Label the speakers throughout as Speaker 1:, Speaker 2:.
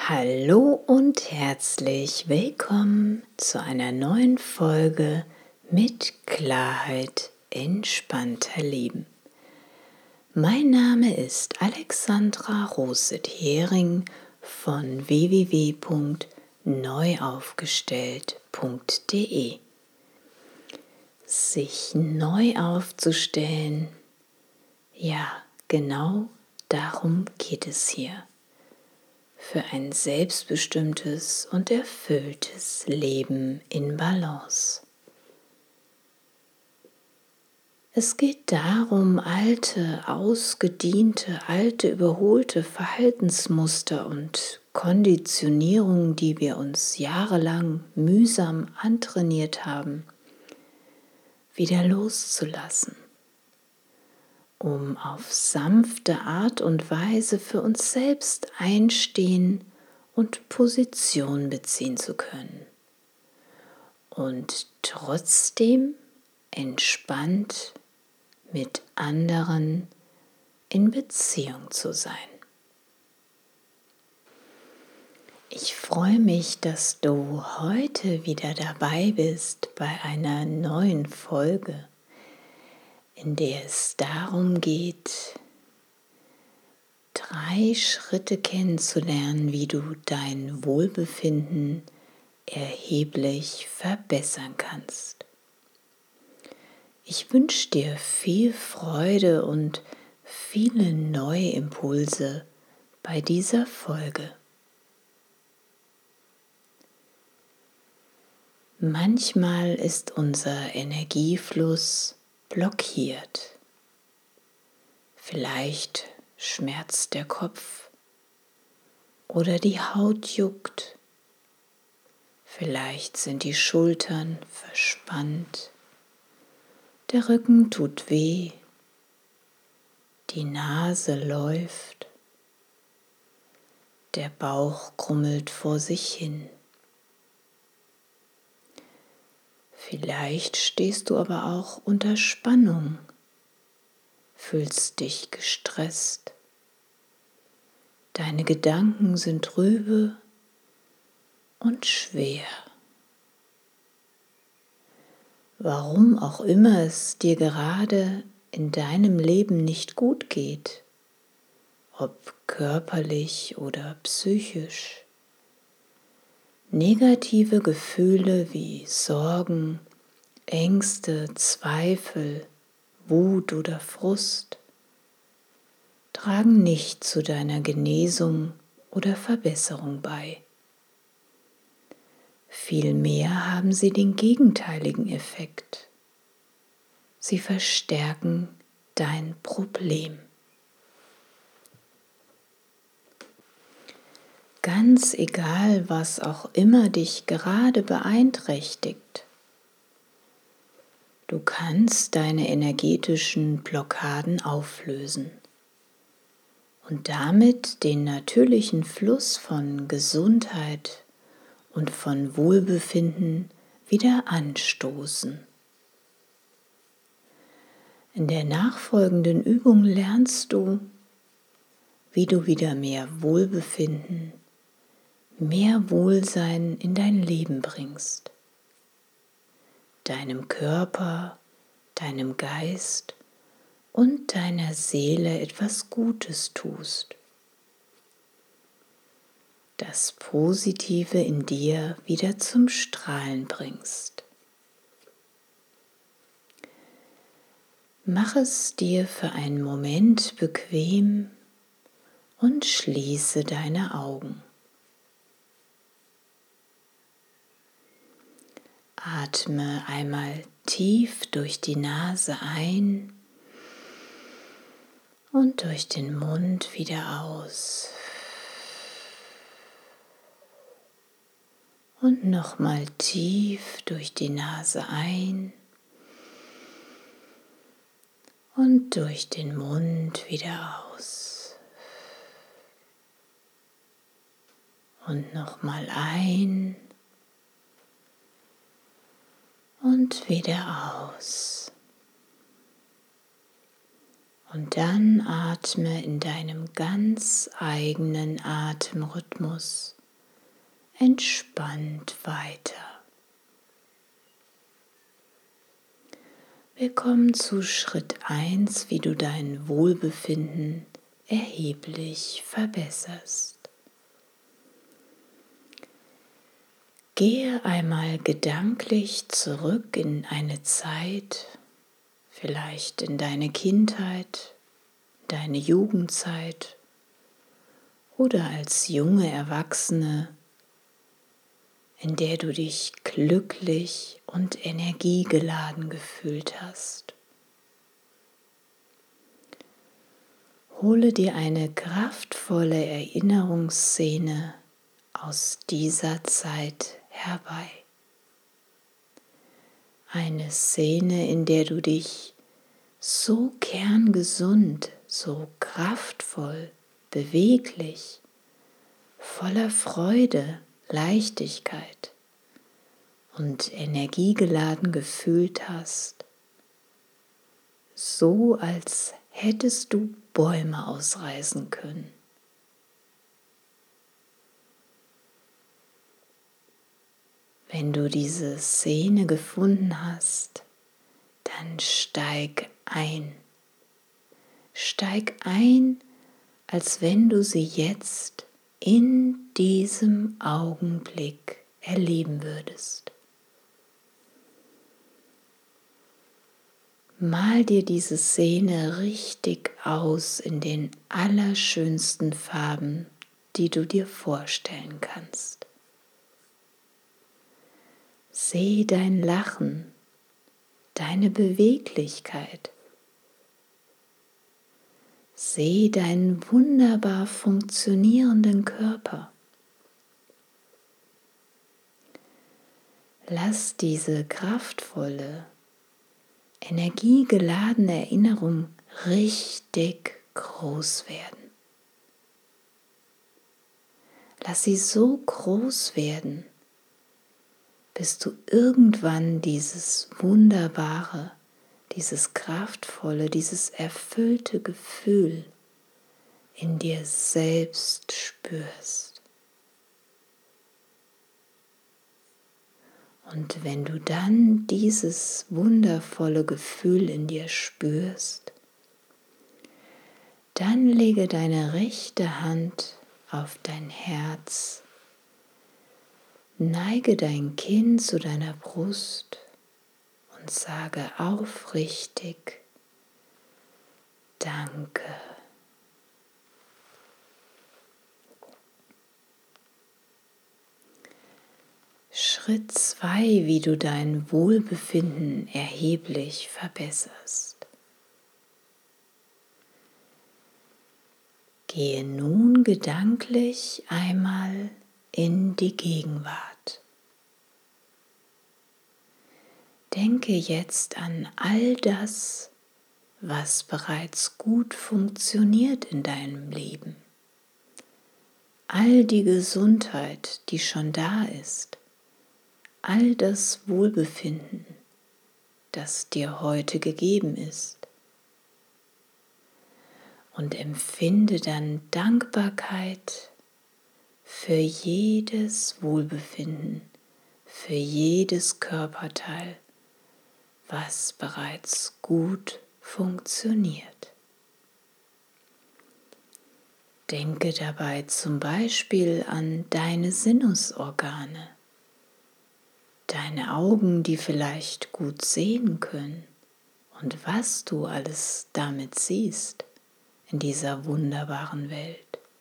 Speaker 1: Hallo und herzlich willkommen zu einer neuen Folge mit Klarheit entspannter Leben. Mein Name ist Alexandra Roset-Hering von www.neuaufgestellt.de. Sich neu aufzustellen, ja, genau darum geht es hier. Für ein selbstbestimmtes und erfülltes Leben in Balance. Es geht darum, alte, überholte Verhaltensmuster und Konditionierungen, die wir uns jahrelang mühsam antrainiert haben, wieder loszulassen, um auf sanfte Art und Weise für uns selbst einstehen und Position beziehen zu können und trotzdem entspannt mit anderen in Beziehung zu sein. Ich freue mich, dass du heute wieder dabei bist bei einer neuen Folge, in der es darum geht, 3 Schritte kennenzulernen, wie du dein Wohlbefinden erheblich verbessern kannst. Ich wünsche dir viel Freude und viele neue Impulse bei dieser Folge. Manchmal ist unser Energiefluss blockiert. Vielleicht schmerzt der Kopf oder die Haut juckt. Vielleicht sind die Schultern verspannt. Der Rücken tut weh, die Nase läuft, der Bauch grummelt vor sich hin. Vielleicht stehst du aber auch unter Spannung, fühlst dich gestresst. Deine Gedanken sind trübe und schwer. Warum auch immer es dir gerade in deinem Leben nicht gut geht, ob körperlich oder psychisch. Negative Gefühle wie Sorgen, Ängste, Zweifel, Wut oder Frust tragen nicht zu deiner Genesung oder Verbesserung bei. Vielmehr haben sie den gegenteiligen Effekt. Sie verstärken dein Problem. Ganz egal, was auch immer dich gerade beeinträchtigt, du kannst deine energetischen Blockaden auflösen und damit den natürlichen Fluss von Gesundheit und von Wohlbefinden wieder anstoßen. In der nachfolgenden Übung lernst du, wie du wieder mehr Wohlbefinden, mehr Wohlsein in dein Leben bringst, deinem Körper, deinem Geist und deiner Seele etwas Gutes tust, das Positive in dir wieder zum Strahlen bringst. Mach es dir für einen Moment bequem und schließe deine Augen. Atme einmal tief durch die Nase ein und durch den Mund wieder aus. Und nochmal tief durch die Nase ein und durch den Mund wieder aus. Und nochmal ein und wieder aus. Und dann atme in deinem ganz eigenen Atemrhythmus entspannt weiter. Wir kommen zu Schritt 1, wie du dein Wohlbefinden erheblich verbesserst. Gehe einmal gedanklich zurück in eine Zeit, vielleicht in deine Kindheit, deine Jugendzeit oder als junge Erwachsene, in der du dich glücklich und energiegeladen gefühlt hast. Hole dir eine kraftvolle Erinnerungsszene aus dieser Zeit herbei. Eine Szene, in der du dich so kerngesund, so kraftvoll, beweglich, voller Freude, Leichtigkeit und energiegeladen gefühlt hast, so als hättest du Bäume ausreißen können. Wenn du diese Szene gefunden hast, dann steig ein. Steig ein, als wenn du sie jetzt in diesem Augenblick erleben würdest. Mal dir diese Szene richtig aus in den allerschönsten Farben, die du dir vorstellen kannst. Seh dein Lachen, deine Beweglichkeit. Seh deinen wunderbar funktionierenden Körper. Lass diese kraftvolle, energiegeladene Erinnerung richtig groß werden. Lass sie so groß werden, bis du irgendwann dieses wunderbare, dieses kraftvolle, dieses erfüllte Gefühl in dir selbst spürst. Und wenn du dann dieses wundervolle Gefühl in dir spürst, dann lege deine rechte Hand auf dein Herz, neige dein Kinn zu deiner Brust und sage aufrichtig Danke. Schritt 2, wie du dein Wohlbefinden erheblich verbesserst. Gehe nun gedanklich einmal in die Gegenwart. Denke jetzt an all das, was bereits gut funktioniert in deinem Leben. All die Gesundheit, die schon da ist. All das Wohlbefinden, das dir heute gegeben ist. Und empfinde dann Dankbarkeit für jedes Wohlbefinden, für jedes Körperteil, was bereits gut funktioniert. Denke dabei zum Beispiel an deine Sinnesorgane, deine Augen, die vielleicht gut sehen können und was du alles damit siehst in dieser wunderbaren Welt.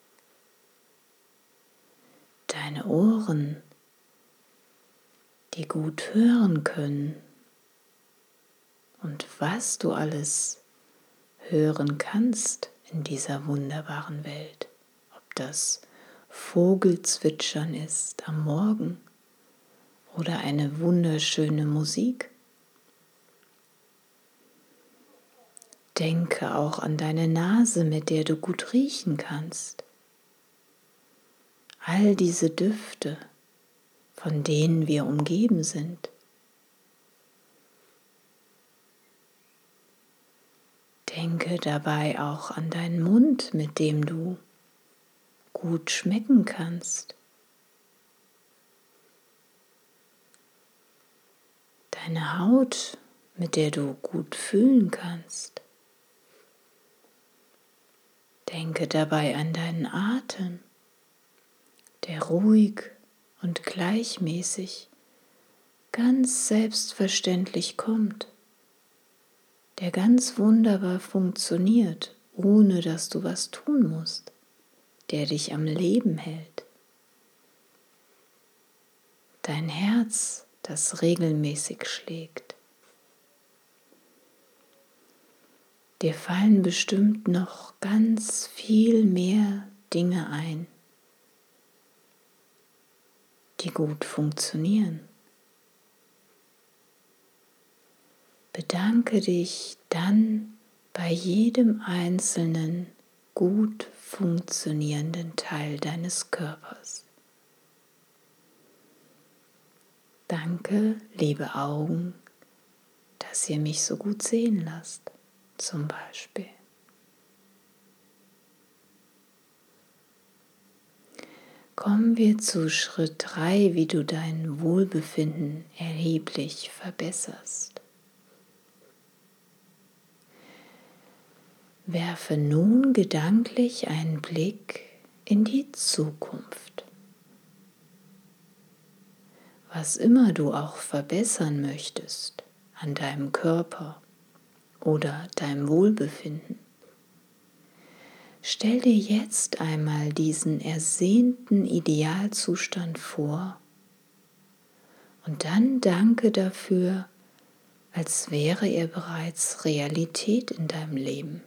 Speaker 1: Deine Ohren, die gut hören können und was du alles hören kannst in dieser wunderbaren Welt. Ob das Vogelzwitschern ist am Morgen oder eine wunderschöne Musik. Denke auch an deine Nase, mit der du gut riechen kannst. All diese Düfte, von denen wir umgeben sind. Denke dabei auch an deinen Mund, mit dem du gut schmecken kannst. Deine Haut, mit der du gut fühlen kannst. Denke dabei an deinen Atem, der ruhig und gleichmäßig, ganz selbstverständlich kommt, der ganz wunderbar funktioniert, ohne dass du was tun musst, der dich am Leben hält. Dein Herz, das regelmäßig schlägt. Dir fallen bestimmt noch ganz viel mehr Dinge ein, die gut funktionieren. Bedanke dich dann bei jedem einzelnen gut funktionierenden Teil deines Körpers. Danke, liebe Augen, dass ihr mich so gut sehen lasst, zum Beispiel. Kommen wir zu Schritt 3, wie du dein Wohlbefinden erheblich verbesserst. Werfe nun gedanklich einen Blick in die Zukunft. Was immer du auch verbessern möchtest an deinem Körper oder deinem Wohlbefinden, stell dir jetzt einmal diesen ersehnten Idealzustand vor und dann danke dafür, als wäre er bereits Realität in deinem Leben.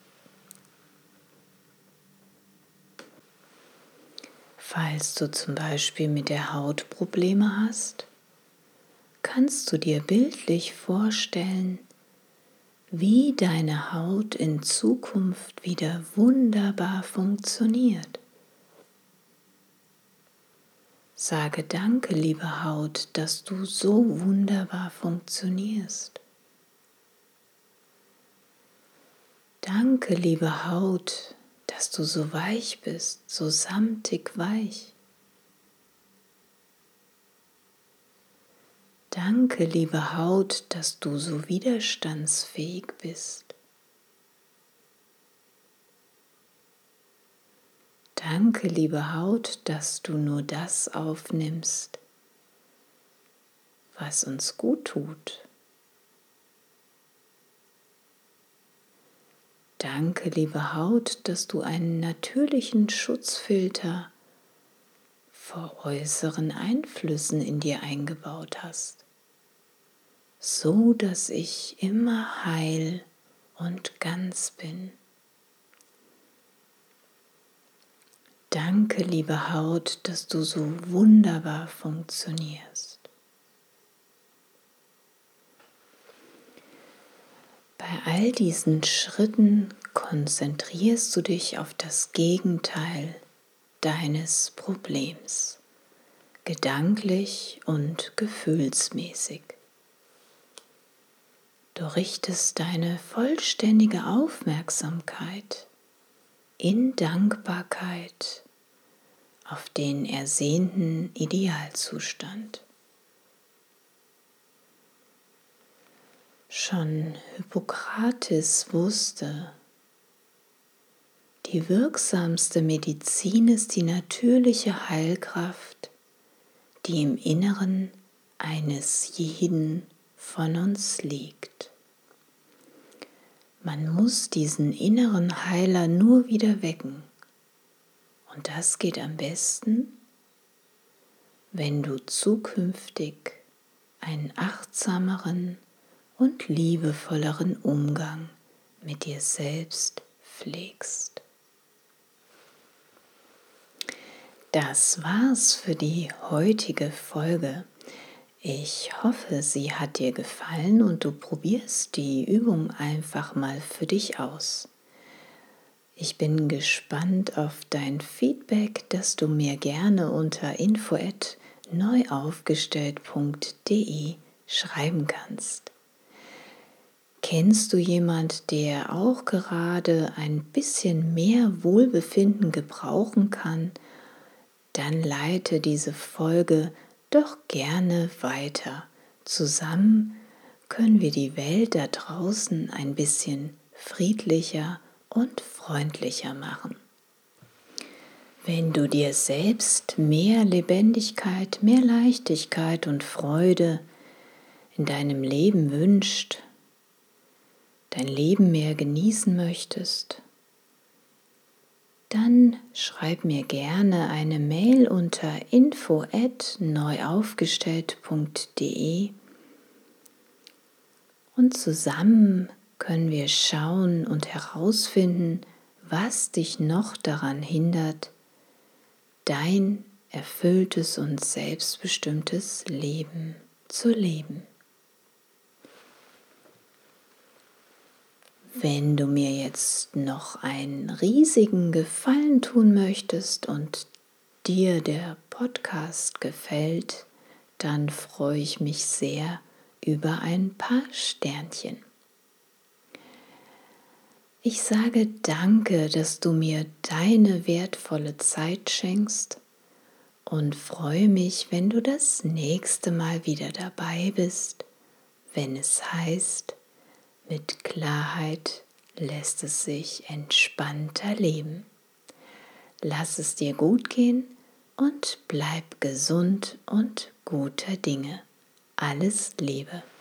Speaker 1: Falls du zum Beispiel mit der Haut Probleme hast, kannst du dir bildlich vorstellen, wie deine Haut in Zukunft wieder wunderbar funktioniert. Sage Danke, liebe Haut, dass du so wunderbar funktionierst. Danke, liebe Haut, dass du so weich bist, so samtig weich. Danke, liebe Haut, dass du so widerstandsfähig bist. Danke, liebe Haut, dass du nur das aufnimmst, was uns gut tut. Danke, liebe Haut, dass du einen natürlichen Schutzfilter vor äußeren Einflüssen in dir eingebaut hast, so dass ich immer heil und ganz bin. Danke, liebe Haut, dass du so wunderbar funktionierst. Bei all diesen Schritten konzentrierst du dich auf das Gegenteil deines Problems, gedanklich und gefühlsmäßig. Du richtest deine vollständige Aufmerksamkeit in Dankbarkeit auf den ersehnten Idealzustand. Schon Hippokrates wusste, die wirksamste Medizin ist die natürliche Heilkraft, die im Inneren eines jeden von uns liegt. Man muss diesen inneren Heiler nur wieder wecken. Und das geht am besten, wenn du zukünftig einen achtsameren und liebevolleren Umgang mit dir selbst pflegst. Das war's für die heutige Folge. Ich hoffe, sie hat dir gefallen und du probierst die Übung einfach mal für dich aus. Ich bin gespannt auf dein Feedback, das du mir gerne unter info@neuaufgestellt.de schreiben kannst. Kennst du jemand, der auch gerade ein bisschen mehr Wohlbefinden gebrauchen kann? Dann leite diese Folge doch gerne weiter. Zusammen können wir die Welt da draußen ein bisschen friedlicher und freundlicher machen. Wenn du dir selbst mehr Lebendigkeit, mehr Leichtigkeit und Freude in deinem Leben wünschst, dein Leben mehr genießen möchtest, dann schreib mir gerne eine Mail unter info@neuaufgestellt.de und zusammen können wir schauen und herausfinden, was dich noch daran hindert, dein erfülltes und selbstbestimmtes Leben zu leben. Wenn du mir jetzt noch einen riesigen Gefallen tun möchtest und dir der Podcast gefällt, dann freue ich mich sehr über ein paar Sternchen. Ich sage danke, dass du mir deine wertvolle Zeit schenkst und freue mich, wenn du das nächste Mal wieder dabei bist, wenn es heißt, mit Klarheit lässt es sich entspannter leben. Lass es dir gut gehen und bleib gesund und guter Dinge. Alles Liebe.